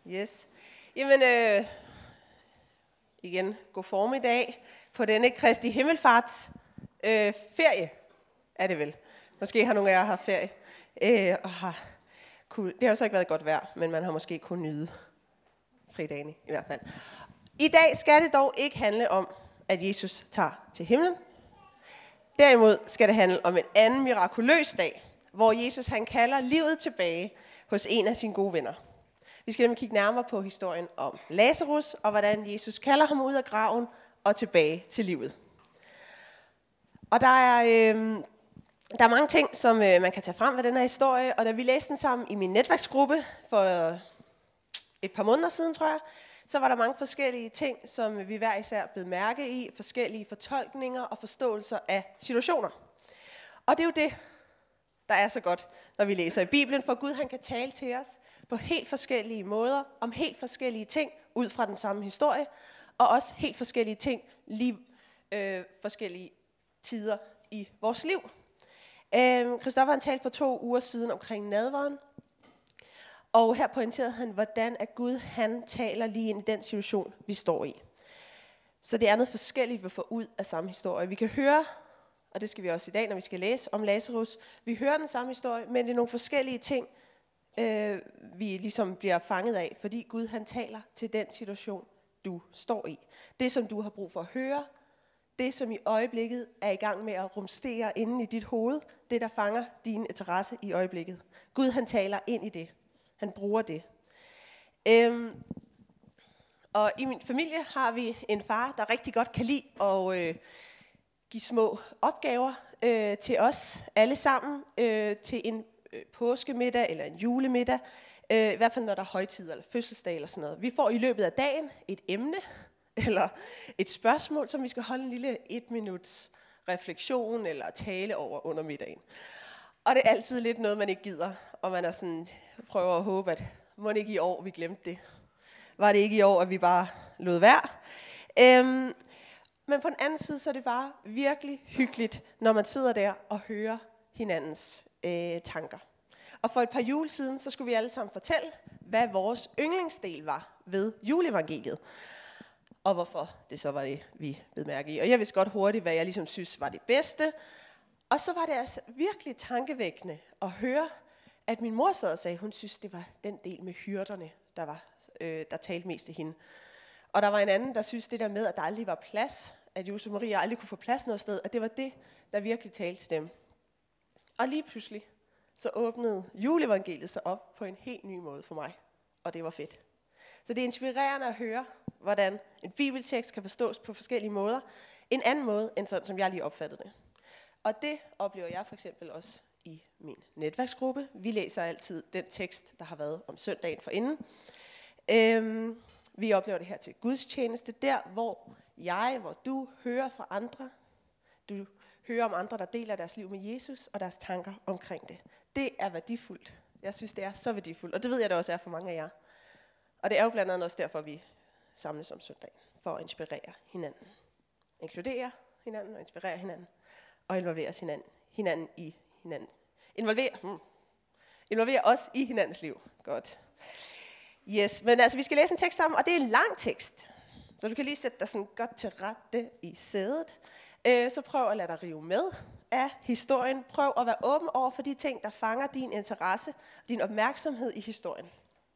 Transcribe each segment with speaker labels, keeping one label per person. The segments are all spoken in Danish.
Speaker 1: Yes. Jamen, igen, god formiddag på denne Kristi Himmelfarts ferie, er det vel. Måske har nogle af jer haft ferie, det har så ikke været godt vejr, men man har måske kunnet nyde fridagene i hvert fald. I dag skal det dog ikke handle om, at Jesus tager til himlen. Derimod skal det handle om en anden mirakuløs dag, hvor Jesus han kalder livet tilbage hos en af sine gode venner. Vi skal nemlig kigge nærmere på historien om Lazarus, og hvordan Jesus kalder ham ud af graven og tilbage til livet. Og der er mange ting, som man kan tage frem ved den her historie, og da vi læste den sammen i min netværksgruppe for et par måneder siden, tror jeg, så var der mange forskellige ting, som vi hver især blev mærke i, forskellige fortolkninger og forståelser af situationer. Og det er jo det, der er så godt, når vi læser i Bibelen, for Gud han kan tale til os på helt forskellige måder, om helt forskellige ting, ud fra den samme historie, og også helt forskellige ting, forskellige tider i vores liv. Christoffer han talte for 2 uger siden omkring nadveren, og her pointerede han, hvordan at Gud han taler lige ind i den situation, vi står i. Så det er noget forskelligt, vi får ud af samme historie. Vi kan høre, og det skal vi også i dag, når vi skal læse om Lazarus, vi hører den samme historie, men det er nogle forskellige ting, vi ligesom bliver fanget af, fordi Gud han taler til den situation, du står i. Det, som du har brug for at høre, det, som i øjeblikket er i gang med at rumstere inde i dit hoved, det, der fanger din interesse i øjeblikket. Gud han taler ind i det. Han bruger det. Og i min familie har vi en far, der rigtig godt kan lide at give små opgaver til os alle sammen til en påskemiddag eller en julemiddag. I hvert fald når der er højtid eller fødselsdag eller sådan noget. Vi får i løbet af dagen et emne eller et spørgsmål, som vi skal holde en lille 1 minuts refleksion eller tale over under middagen. Og det er altid lidt noget, man ikke gider, og man er sådan, prøver at håbe, at må det ikke i år, vi glemte det. Var det ikke i år, at vi bare lod være? Men på den anden side, så er det bare virkelig hyggeligt, når man sidder der og hører hinandens tanker. Og for et par jule siden, så skulle vi alle sammen fortælle, hvad vores yndlingsdel var ved juleevangeliet. Og hvorfor det så var det, vi blev mærke i. Og jeg vidste godt hurtigt, hvad jeg ligesom synes var det bedste. Og så var det altså virkelig tankevækkende at høre, at min mor sad og sagde, at hun synes, det var den del med hyrderne, der talte mest til hende. Og der var en anden, der synes det der med, at der aldrig var plads, at Josef Maria aldrig kunne få plads noget sted, at det var det, der virkelig talte til dem. Og lige pludselig, så åbnede juleevangeliet sig op på en helt ny måde for mig. Og det var fedt. Så det er inspirerende at høre, hvordan en bibeltekst kan forstås på forskellige måder. En anden måde, end sådan, som jeg lige opfattede det. Og det oplever jeg for eksempel også i min netværksgruppe. Vi læser altid den tekst, der har været om søndagen forinden. Vi oplever det her til gudstjeneste, der hvor du hører fra andre. Du hører om andre, der deler deres liv med Jesus og deres tanker omkring det. Det er værdifuldt. Jeg synes, det er så værdifuldt, og det ved jeg, det også er for mange af jer. Og det er jo blandt andet også derfor, vi samles om søndagen, for at inspirere hinanden. Inkludere hinanden og inspirere hinanden. Og involvere hinanden i hinanden. Involvere os i hinandens liv. Godt. Yes, men altså vi skal læse en tekst sammen, og det er en lang tekst. Så du kan lige sætte dig sådan godt til rette i sædet. Så prøv at lade dig rive med af historien. Prøv at være åben over for de ting, der fanger din interesse, din opmærksomhed i historien.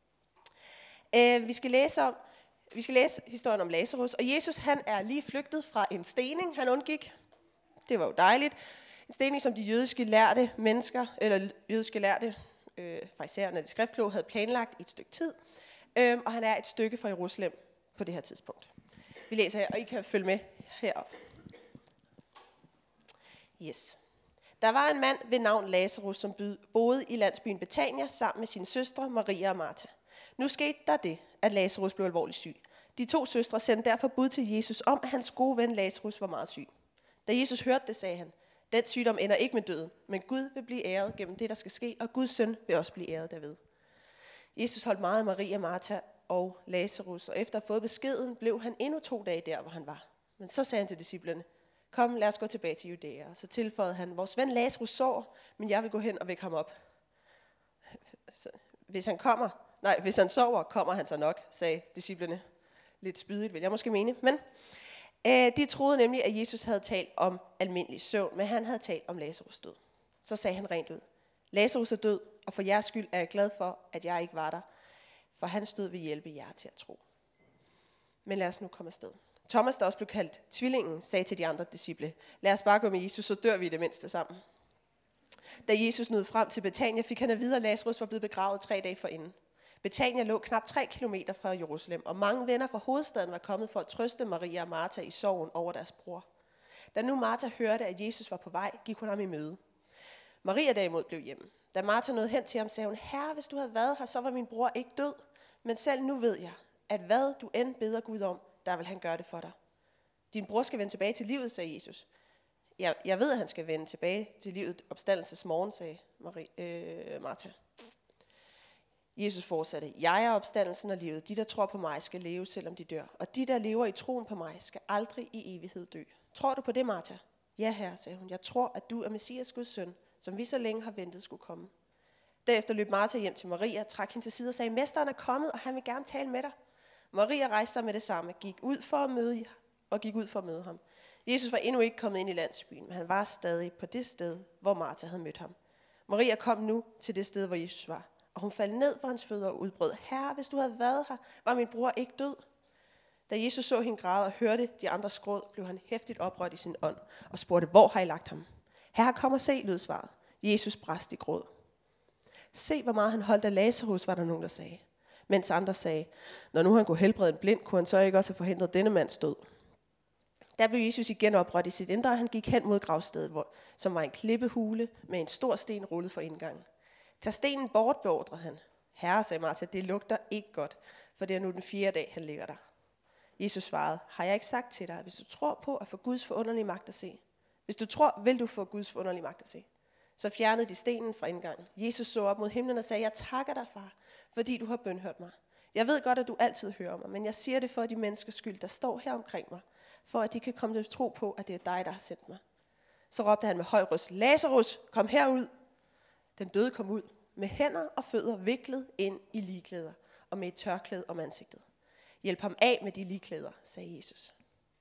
Speaker 1: Vi skal læse historien om Lazarus, og Jesus han er lige flygtet fra en stening, han undgik. Det var jo dejligt. En stening, som de jødiske lærde mennesker, eller jødiske lærde farisæerne, de skriftkloge, havde planlagt i et stykke tid. Og han er et stykke fra Jerusalem på det her tidspunkt. Vi læser her, og I kan følge med herop. Yes. Der var en mand ved navn Lazarus, som boede i landsbyen Betania sammen med sine søstre Maria og Martha. Nu skete der det, at Lazarus blev alvorligt syg. De 2 søstre sendte derfor bud til Jesus om, at hans gode ven Lazarus var meget syg. Da Jesus hørte det, sagde han, den sygdom ender ikke med døden, men Gud vil blive æret gennem det, der skal ske, og Guds søn vil også blive æret derved. Jesus holdt meget af Maria, Martha og Lazarus, og efter at have fået beskeden, blev han endnu 2 dage der, hvor han var. Men så sagde han til disciplene, kom, lad os gå tilbage til Judæa. Og så tilføjede han, vores ven Lazarus sår, men jeg vil gå hen og vække ham op. Så, hvis han kommer, Nej, hvis han sover, kommer han så nok, sagde disciplene. Lidt spydigt, vil jeg måske mene. Men de troede nemlig, at Jesus havde talt om almindelig søvn, men han havde talt om Lazarus død. Så sagde han rent ud: Lazarus er død, og for jeres skyld er jeg glad for, at jeg ikke var der, for hans død vil hjælpe jer til at tro. Men lad os nu komme afsted. Thomas, der også blev kaldt tvillingen, sagde til de andre disciple: Lad os bare gå med Jesus, så dør vi i det mindste sammen. Da Jesus nåede frem til Betania, fik han at vide, at Lazarus var blevet begravet 3 dage forinden. Betania lå knap 3 kilometer fra Jerusalem, og mange venner fra hovedstaden var kommet for at trøste Maria og Martha i sorgen over deres bror. Da nu Martha hørte, at Jesus var på vej, gik hun ham i møde. Maria derimod blev hjemme. Da Martha nåede hen til ham, sagde hun: Herre, hvis du havde været her, så var min bror ikke død. Men selv nu ved jeg, at hvad du end beder Gud om, der vil han gøre det for dig. Din bror skal vende tilbage til livet, sagde Jesus. Jeg ved, at han skal vende tilbage til livet opstandelsesmorgen, sagde Martha. Jesus fortsatte: Jeg er opstandelsen og livet. De, der tror på mig, skal leve, selvom de dør. Og de, der lever i troen på mig, skal aldrig i evighed dø. Tror du på det, Martha? Ja, herre, sagde hun. Jeg tror, at du er Messias, Guds søn, som vi så længe har ventet skulle komme. Derefter løb Martha hjem til Maria, trak hende til side og sagde: Mesteren er kommet, og han vil gerne tale med dig. Maria rejste sig med det samme, gik ud for at møde ham. Jesus var endnu ikke kommet ind i landsbyen, men han var stadig på det sted, hvor Martha havde mødt ham. Maria kom nu til det sted, hvor Jesus var, og hun faldt ned for hans fødder og udbrød: Herre, hvis du havde været her, var min bror ikke død. Da Jesus så hende græde og hørte de andres gråd, blev han heftigt oprørt i sin ånd og spurgte: Hvor har I lagt ham? Herre, kom og se, lød svaret. Jesus brast i gråd. Se, hvor meget han holdt af Lazarus, var der nogen, der sagde. Mens andre sagde: Når nu han kunne helbrede en blind, kunne han så ikke også have forhindret denne mands død? Der blev Jesus igen oprørt i sit indre, og han gik hen mod gravstedet, som var en klippehule med en stor sten rullet for indgangen. Tag stenen bort, beordrede han. Herre, sagde Martha, det lugter ikke godt, for det er nu den 4. dag, han ligger der. Jesus svarede: Har jeg ikke sagt til dig, at hvis du tror på at få Guds forunderlige magt at se? Hvis du tror, vil du få Guds forunderlige magt at se. Så fjernede de stenen fra indgangen. Jesus så op mod himlen og sagde: Jeg takker dig, far, fordi du har bønhørt mig. Jeg ved godt, at du altid hører mig, men jeg siger det for de menneskers skyld, der står her omkring mig, for at de kan komme til at tro på, at det er dig, der har sendt mig. Så råbte han med høj røst: Lazarus, kom herud! Den døde kom ud, med hænder og fødder viklet ind i ligklæder, og med et tørklæde om ansigtet. Hjælp ham af med de ligklæder, sagde Jesus.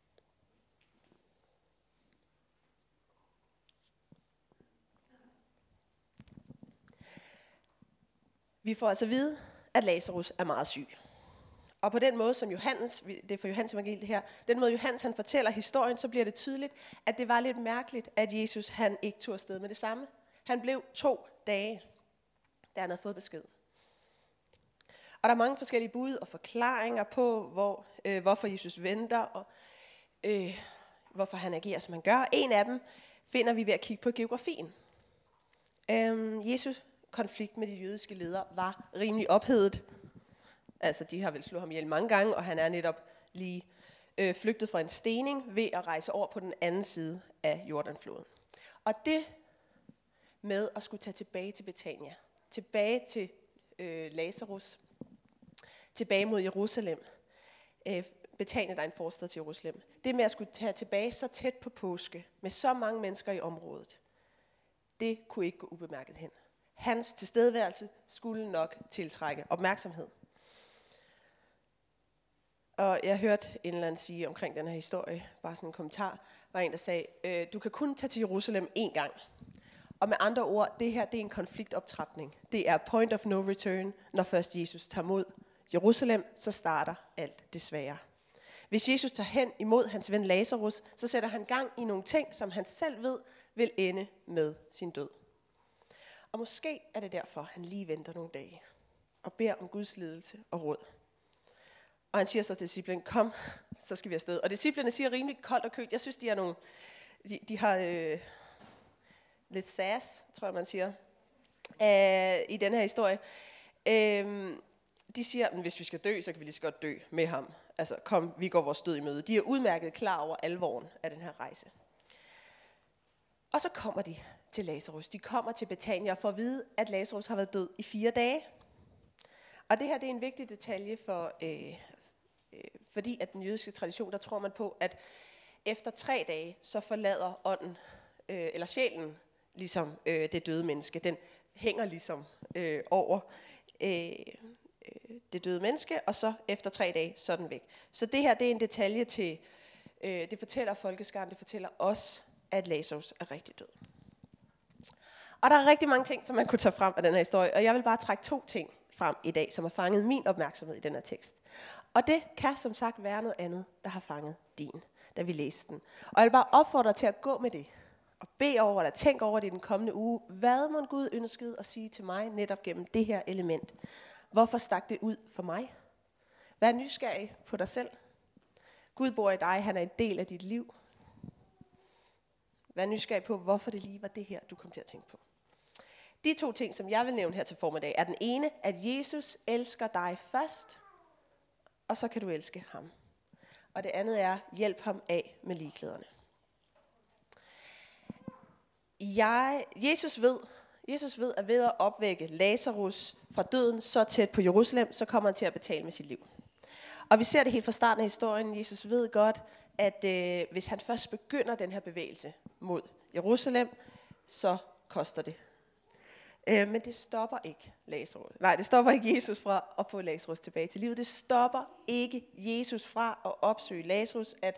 Speaker 1: Vi får altså at vide, at Lazarus er meget syg. Og på den måde, som Johannes, det er for Johannes evangeliet her, den måde Johannes han fortæller historien, så bliver det tydeligt, at det var lidt mærkeligt, at Jesus han ikke tog afsted med det samme. Han blev 2 dage, da han havde fået besked. Og der er mange forskellige bud og forklaringer på, hvorfor Jesus venter, og hvorfor han agerer, som han gør. En af dem finder vi ved at kigge på geografien. Jesus' konflikt med de jødiske ledere var rimelig ophedet. Altså, de har vel slået ham ihjel mange gange, og han er netop lige flygtet fra en stening ved at rejse over på den anden side af Jordanfloden. Og det med at skulle tage tilbage til Betania, tilbage til Lazarus, tilbage mod Jerusalem. Betania, der er en forstad til Jerusalem. Det med at skulle tage tilbage så tæt på påske, med så mange mennesker i området, det kunne ikke gå ubemærket hen. Hans tilstedeværelse skulle nok tiltrække opmærksomhed. Og jeg hørte en eller anden sige omkring den her historie, bare sådan en kommentar, var en, der sagde: du kan kun tage til Jerusalem 1 gang. Og med andre ord, det her det er en konfliktoptrapning. Det er point of no return, når først Jesus tager mod Jerusalem, så starter alt det svære. Hvis Jesus tager hen imod hans ven Lazarus, så sætter han gang i nogle ting, som han selv ved vil ende med sin død. Og måske er det derfor, han lige venter nogle dage og beder om Guds ledelse og råd. Og han siger så til disciplen: Kom, så skal vi afsted. Og disciplene siger rimelig koldt og køligt. Jeg synes, de er nogle, de har lidt sass, tror jeg man siger, i den her historie. De siger, at hvis vi skal dø, så kan vi lige så godt dø med ham. Altså kom, vi går vores død i møde. De er udmærket klar over alvoren af den her rejse. Og så kommer de til Lazarus. De kommer til Betania for at vide, at Lazarus har været død i 4 dage. Og det her det er en vigtig detalje, fordi at den jødiske tradition, der tror man på, at efter 3 dage, så forlader ånden, eller sjælen, ligesom det døde menneske. Den hænger ligesom over det døde menneske, og så efter 3 dage, så er den væk. Så det her, det er en detalje til, det fortæller folkeskaren, det fortæller os, at Lazarus er rigtig død. Og der er rigtig mange ting, som man kunne tage frem af den her historie, og jeg vil bare trække 2 ting frem i dag, som har fanget min opmærksomhed i den her tekst. Og det kan som sagt være noget andet, der har fanget din, da vi læste den. Og jeg vil bare opfordre dig til at gå med det, og bede over eller tænk over det i den kommende uge. Hvad må Gud ønskede at sige til mig netop gennem det her element? Hvorfor stak det ud for mig? Vær nysgerrig på dig selv. Gud bor i dig, han er en del af dit liv. Vær nysgerrig på, hvorfor det lige var det her, du kom til at tænke på. De 2 ting, som jeg vil nævne her til formiddag, er den ene, at Jesus elsker dig først, og så kan du elske ham. Og det andet er, hjælp ham af med ligeklæderne. Jesus ved, at ved at opvække Lazarus fra døden så tæt på Jerusalem, så kommer han til at betale med sit liv. Og vi ser det helt fra starten af historien. Jesus ved godt, at hvis han først begynder den her bevægelse mod Jerusalem, så koster det. Men det stopper ikke Lazarus. Nej, det stopper ikke Jesus fra at få Lazarus tilbage til livet. Det stopper ikke Jesus fra at opsøge Lazarus, at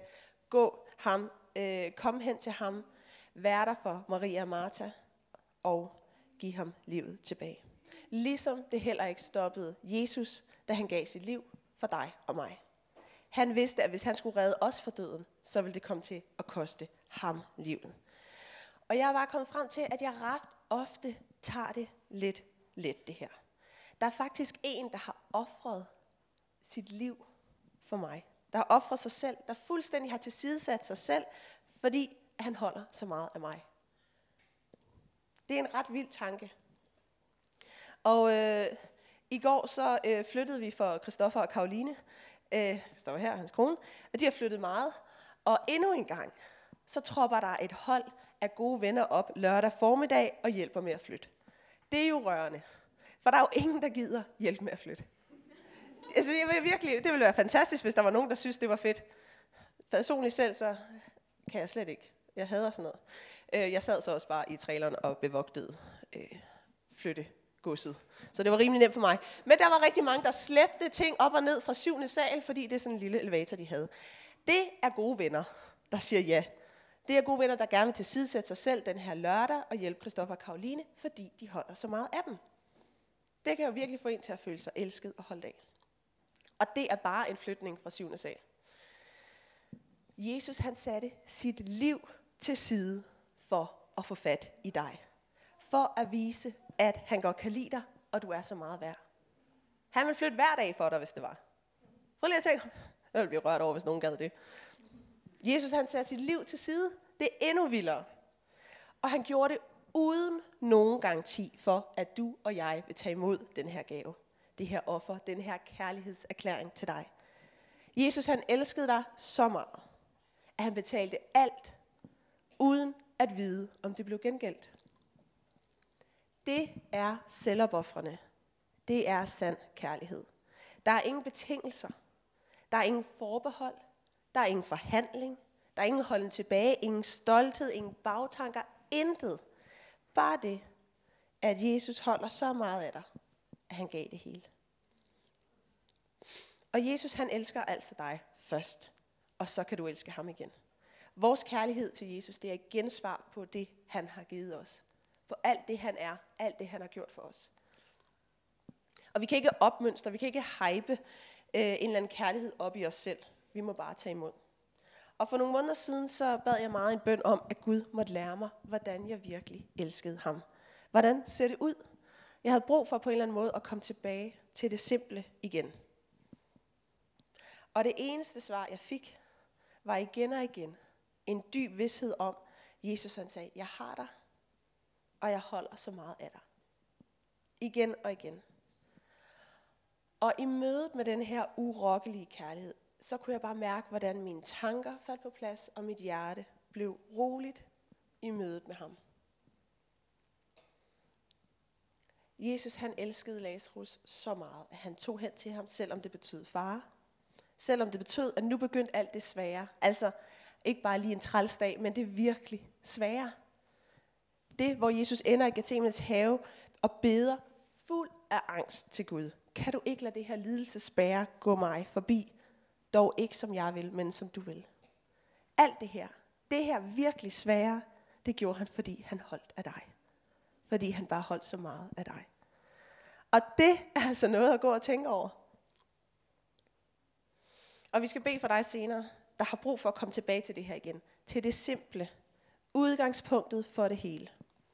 Speaker 1: komme hen til ham, være der for Maria og Martha og give ham livet tilbage. Ligesom det heller ikke stoppede Jesus, da han gav sit liv for dig og mig. Han vidste, at hvis han skulle redde os fra døden, så ville det komme til at koste ham livet. Og jeg er bare kommet frem til, at jeg ret ofte tager det lidt let, det her. Der er faktisk en, der har ofret sit liv for mig. Der har ofret sig selv, der fuldstændig har tilsidesat sig selv, fordi han holder så meget af mig. Det er en ret vild tanke. Og i går så flyttede vi for Christoffer og Karoline. Christoffer her, hans kone. Og de har flyttet meget. Og endnu en gang, så tropper der et hold af gode venner op lørdag formiddag og hjælper med at flytte. Det er jo rørende. For der er jo ingen, der gider hjælpe med at flytte. Altså, det ville være fantastisk, hvis der var nogen, der synes, det var fedt. Personligt selv, så kan jeg slet ikke. Jeg hader sådan noget. Jeg sad så også bare i traileren og bevogtede flyttegodset. Så det var rimelig nemt for mig. Men der var rigtig mange, der slæbte ting op og ned fra 7. sal, fordi det er sådan en lille elevator, de havde. Det er gode venner, der siger ja. Det er gode venner, der gerne vil tilsidesætte sig selv den her lørdag og hjælpe Christoffer og Karoline, fordi de holder så meget af dem. Det kan jo virkelig få en til at føle sig elsket og holdt af. Og det er bare en flytning fra 7. sal. Jesus han satte sit liv til side for at få fat i dig. For at vise, at han godt kan lide dig, og du er så meget værd. Han vil flytte hver dag for dig, hvis det var. Prøv lige at tænke. Jeg ville blive rørt over, hvis nogen gad det. Jesus han satte sit liv til side. Det er endnu vildere. Og han gjorde det uden nogen garanti for, at du og jeg vil tage imod den her gave. Det her offer, den her kærlighedserklæring til dig. Jesus han elskede dig så meget, at han betalte alt, uden at vide, om det blev gengældt. Det er selvopofrende. Det er sand kærlighed. Der er ingen betingelser. Der er ingen forbehold. Der er ingen forhandling. Der er ingen holden tilbage. Ingen stolthed. Ingen bagtanker. Intet. Bare det, at Jesus holder så meget af dig, at han gav det hele. Og Jesus han elsker altså dig først. Og så kan du elske ham igen. Vores kærlighed til Jesus, det er et gensvar på det, han har givet os. På alt det, han er. Alt det, han har gjort for os. Og vi kan ikke opmønstre, vi kan ikke hype en eller anden kærlighed op i os selv. Vi må bare tage imod. Og for nogle måneder siden, så bad jeg meget en bøn om, at Gud måtte lære mig, hvordan jeg virkelig elskede ham. Hvordan ser det ud? Jeg havde brug for på en eller anden måde at komme tilbage til det simple igen. Og det eneste svar, jeg fik, var igen og igen en dyb vidsthed om, Jesus han sagde, jeg har dig, og jeg holder så meget af dig. Igen og igen. Og i mødet med den her urokkelige kærlighed, så kunne jeg bare mærke, hvordan mine tanker faldt på plads, og mit hjerte blev roligt i mødet med ham. Jesus han elskede Lazarus så meget, at han tog hen til ham, selvom det betød fare. Selvom det betød, at nu begyndte alt det svære. Altså ikke bare lige en trælsdag, men det virkelig svære. Det, hvor Jesus ender i Gethsemanes have og beder fuld af angst til Gud. Kan du ikke lade det her lidelsesbære gå mig forbi? Dog ikke som jeg vil, men som du vil. Alt det her virkelig svære, det gjorde han, fordi han holdt af dig. Fordi han bare holdt så meget af dig. Og det er altså noget at gå og tænke over. Og vi skal bede for dig senere, der har brug for at komme tilbage til det her igen. Til det simple. Udgangspunktet for det hele.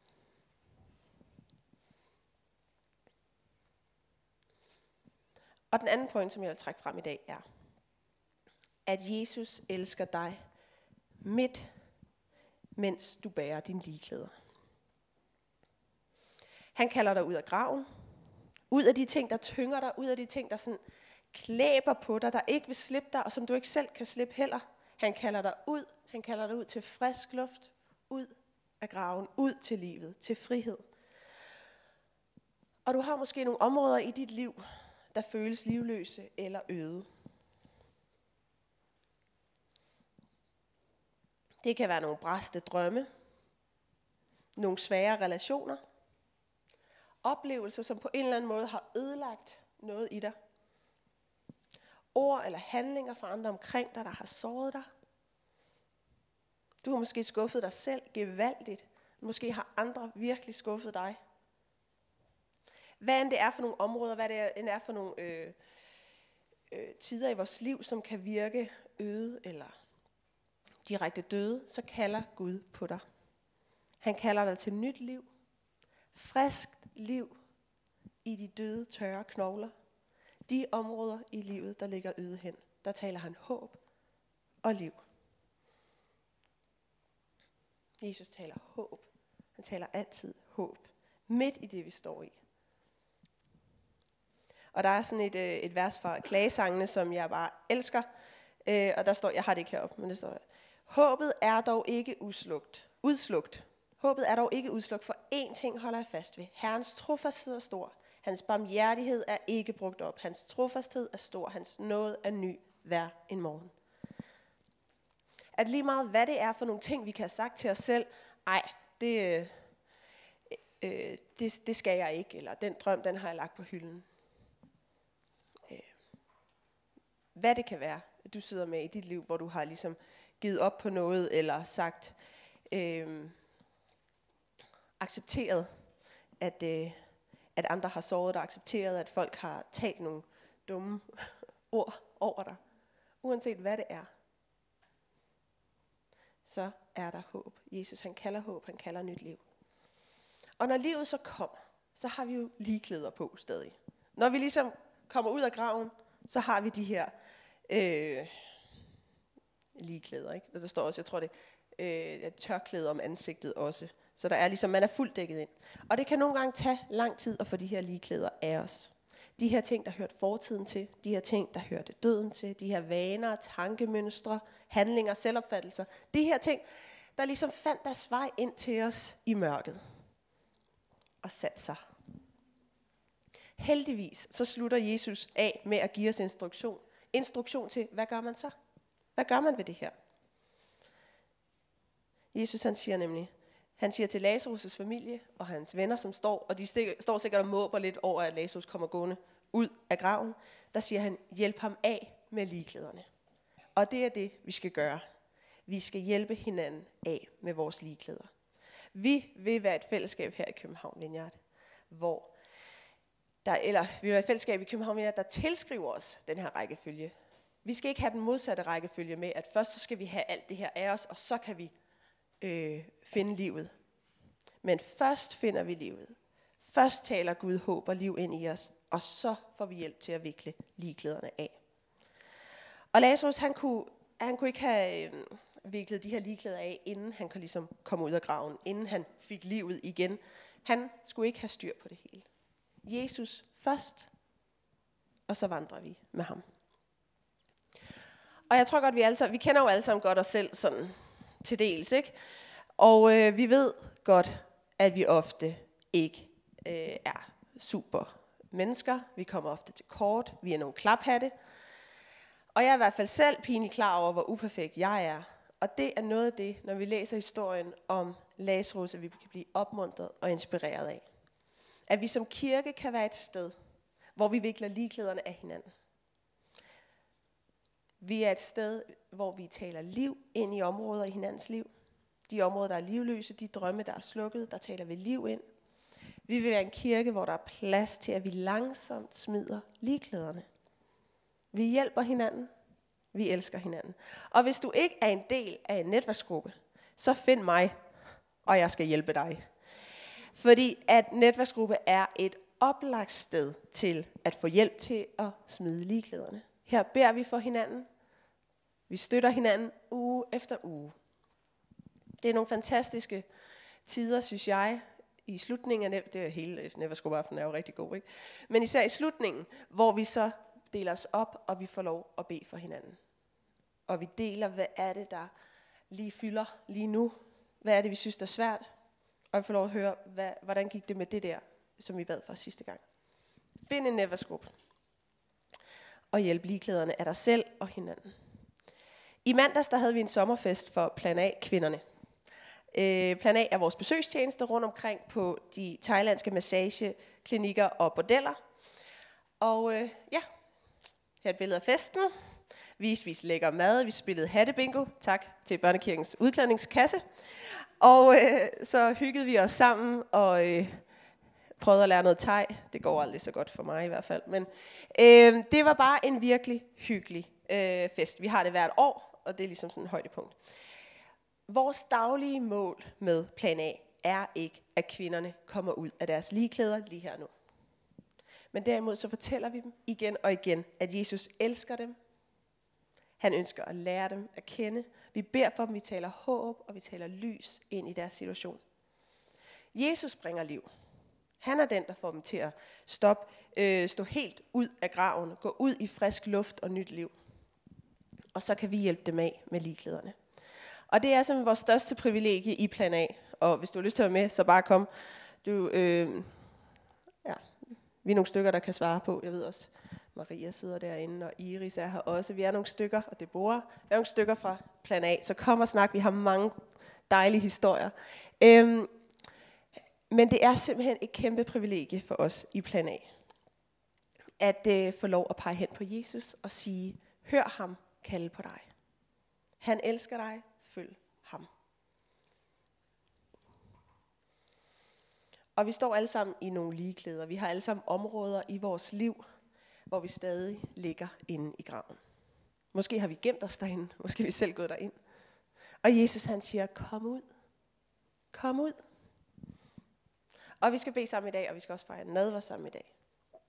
Speaker 1: Og den anden point, som jeg vil trække frem i dag, er, at Jesus elsker dig midt, mens du bærer dine ligklæder. Han kalder dig ud af graven, ud af de ting, der tynger dig, ud af de ting, der sådan klæber på dig, der ikke vil slippe dig, og som du ikke selv kan slippe heller. Han kalder dig ud til frisk luft, ud af graven, ud til livet, til frihed. Og du har måske nogle områder i dit liv, der føles livløse eller øde. Det kan være nogle bræste drømme, nogle svære relationer, oplevelser, som på en eller anden måde har ødelagt noget i dig. Ord eller handlinger fra andre omkring dig, der har såret dig. Du har måske skuffet dig selv gevaldigt. Måske har andre virkelig skuffet dig. Hvad end det er for nogle områder, hvad det end er for nogle tider i vores liv, som kan virke øde eller direkte døde, så kalder Gud på dig. Han kalder dig til nyt liv. Friskt liv i de døde, tørre knogler. De områder i livet, der ligger øde hen. Der taler han håb og liv. Jesus taler håb. Han taler altid håb. Midt i det, vi står i. Og der er sådan et vers fra klagesangene, som jeg bare elsker. Og der står, jeg har det ikke heroppe, men det står, håbet er dog ikke udslugt. Håbet er dog ikke udslugt, for én ting holder jeg fast ved. Herrens trofasthed er stor. Hans barmhjertighed er ikke brugt op. Hans trofasthed er stor. Hans nåde er ny hver en morgen. At lige meget hvad det er for nogle ting, vi kan have sagt til os selv, det skal jeg ikke, eller den drøm, den har jeg lagt på hylden. Hvad det kan være, du sidder med i dit liv, hvor du har ligesom givet op på noget, eller sagt, accepteret, at andre har såret dig, accepteret, at folk har talt nogle dumme ord over dig. Uanset hvad det er, så er der håb. Jesus, han kalder håb, han kalder nyt liv. Og når livet så kommer, så har vi jo ligklæder på stadig. Når vi ligesom kommer ud af graven, så har vi de her ligklæder, ikke? Der står også, jeg tror det er tørklæder om ansigtet også. Så der er ligesom, man er fuldt dækket ind. Og det kan nogle gange tage lang tid at få de her ligklæder af os. De her ting, der hørte fortiden til, de her ting, der hørte døden til, de her vaner, tankemønstre, handlinger, selvopfattelser. De her ting, der ligesom fandt deres vej ind til os i mørket. Og satte sig. Heldigvis så slutter Jesus af med at give os instruktion. Instruktion til, hvad gør man så? Hvad gør man ved det her? Jesus han siger til Lazarus' familie og hans venner, som står, og de står sikkert og måber lidt over, at Lazarus kommer gående ud af graven. Der siger han, hjælp ham af med ligklæderne. Og det er det, vi skal gøre. Vi skal hjælpe hinanden af med vores ligklæder. Vi vil være et fællesskab her i København Vineyard, vi vil være et fællesskab i København Vineyard, der tilskriver os den her rækkefølge. Vi skal ikke have den modsatte rækkefølge med, at først så skal vi have alt det her af os, og så kan vi finde livet. Men først finder vi livet. Først taler Gud håb og liv ind i os, og så får vi hjælp til at vikle ligklæderne af. Og Lazarus, han kunne ikke have viklet de her ligklæder af, inden han kunne ligesom komme ud af graven, inden han fik livet igen. Han skulle ikke have styr på det hele. Jesus først, og så vandrer vi med ham. Og jeg tror godt, vi kender jo alle sammen godt os selv sådan til dels, ikke? Og vi ved godt, at vi ofte ikke er super mennesker. Vi kommer ofte til kort. Vi er nogle klaphatte. Og jeg er i hvert fald selv pinligt klar over, hvor uperfekt jeg er. Og det er noget af det, når vi læser historien om Lazarus, at vi kan blive opmuntret og inspireret af. at vi som kirke kan være et sted, hvor vi vikler ligeklæderne af hinanden. Vi er et sted, hvor vi taler liv ind i områder i hinandens liv. De områder, der er livløse, de drømme, der er slukket, der taler vi liv ind. Vi vil være en kirke, hvor der er plads til, at vi langsomt smider ligeklæderne. Vi hjælper hinanden. Vi elsker hinanden. Og hvis du ikke er en del af en netværksgruppe, så find mig, og jeg skal hjælpe dig. Fordi at netværksgruppe er et oplagt sted til at få hjælp til at smide ligeklæderne. Her beder vi for hinanden. Vi støtter hinanden uge efter uge. Det er nogle fantastiske tider, synes jeg, i slutningen af det hele netværksgruppeaften er jo rigtig god, ikke? Men især i slutningen, hvor vi så deler os op, og vi får lov at bede for hinanden. Og vi deler, hvad er det, der lige fylder lige nu? Hvad er det, vi synes, der er svært? Og vi får lov at høre, hvordan gik det med det der, som vi bad for sidste gang. Find en netværksgruppe. Og hjælp ligeklæderne af dig selv og hinanden. I mandags der havde vi en sommerfest for Plan A-kvinderne. Plan A er vores besøgstjeneste rundt omkring på de thailandske massageklinikker og bordeller. Og her er et billede af festen. Vi spiste lækker mad, vi spillede hattebingo. Tak til Børnekirkens udklædningskasse. Og så hyggede vi os sammen og prøvede at lære noget thai. Det går aldrig så godt for mig i hvert fald. Men det var bare en virkelig hyggelig fest. Vi har det hvert år, og det er ligesom sådan et højdepunkt. Vores daglige mål med Plan A er ikke, at kvinderne kommer ud af deres ligeklæder lige her nu. Men derimod så fortæller vi dem igen og igen, at Jesus elsker dem. Han ønsker at lære dem at kende. Vi beder for dem, vi taler håb, og vi taler lys ind i deres situation. Jesus bringer liv. Han er den, der får dem til at stå helt ud af graven, gå ud i frisk luft og nyt liv. Og så kan vi hjælpe dem af med ligeklæderne. Og det er simpelthen vores største privilegie i Plan A. Og hvis du har lyst til at være med, så bare kom. Vi er nogle stykker, der kan svare på. Jeg ved også, Maria sidder derinde, og Iris er her også. Vi er nogle stykker, og Deborah. Vi er nogle stykker fra Plan A. Så kom og snak. Vi har mange dejlige historier. Men det er simpelthen et kæmpe privilegie for os i Plan A. At få lov at pege hen på Jesus og sige, hør ham kalde på dig. Han elsker dig. Følg ham. Og vi står alle sammen i nogle ligeklæder. Vi har alle sammen områder i vores liv, hvor vi stadig ligger inde i graven. Måske har vi gemt os derinde. Måske har vi selv gået derind. Og Jesus han siger, kom ud. Kom ud. Og vi skal bede sammen i dag, og vi skal også fejre nadver sammen i dag.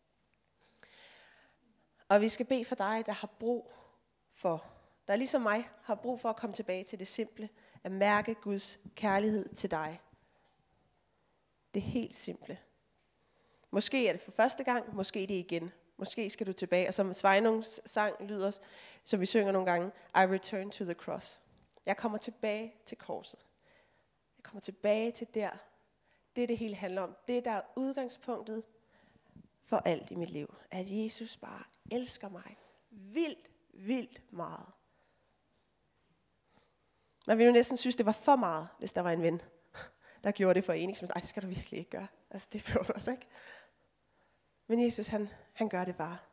Speaker 1: Og vi skal bede for dig, der har brug for, der ligesom mig, har brug for at komme tilbage til det simple, at mærke Guds kærlighed til dig. Det helt simple. Måske er det for første gang, måske det igen. Måske skal du tilbage, og som Sveinungs sang lyder, som vi synger nogle gange, I return to the cross. Jeg kommer tilbage til korset. Jeg kommer tilbage til der. Det hele handler om. Det der er udgangspunktet for alt i mit liv. At Jesus bare elsker mig vildt meget. Man ville jo næsten synes, det var for meget, hvis der var en ven, der gjorde det for en. Ikke? Som, det skal du virkelig ikke gøre. Altså, det behøver du også ikke. Men Jesus, han gør det bare.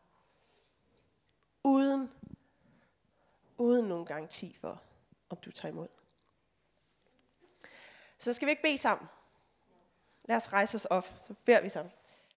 Speaker 1: Uden nogen garanti for, om du tager imod. Så skal vi ikke bede sammen. Lad os rejse os op, så beder vi sammen.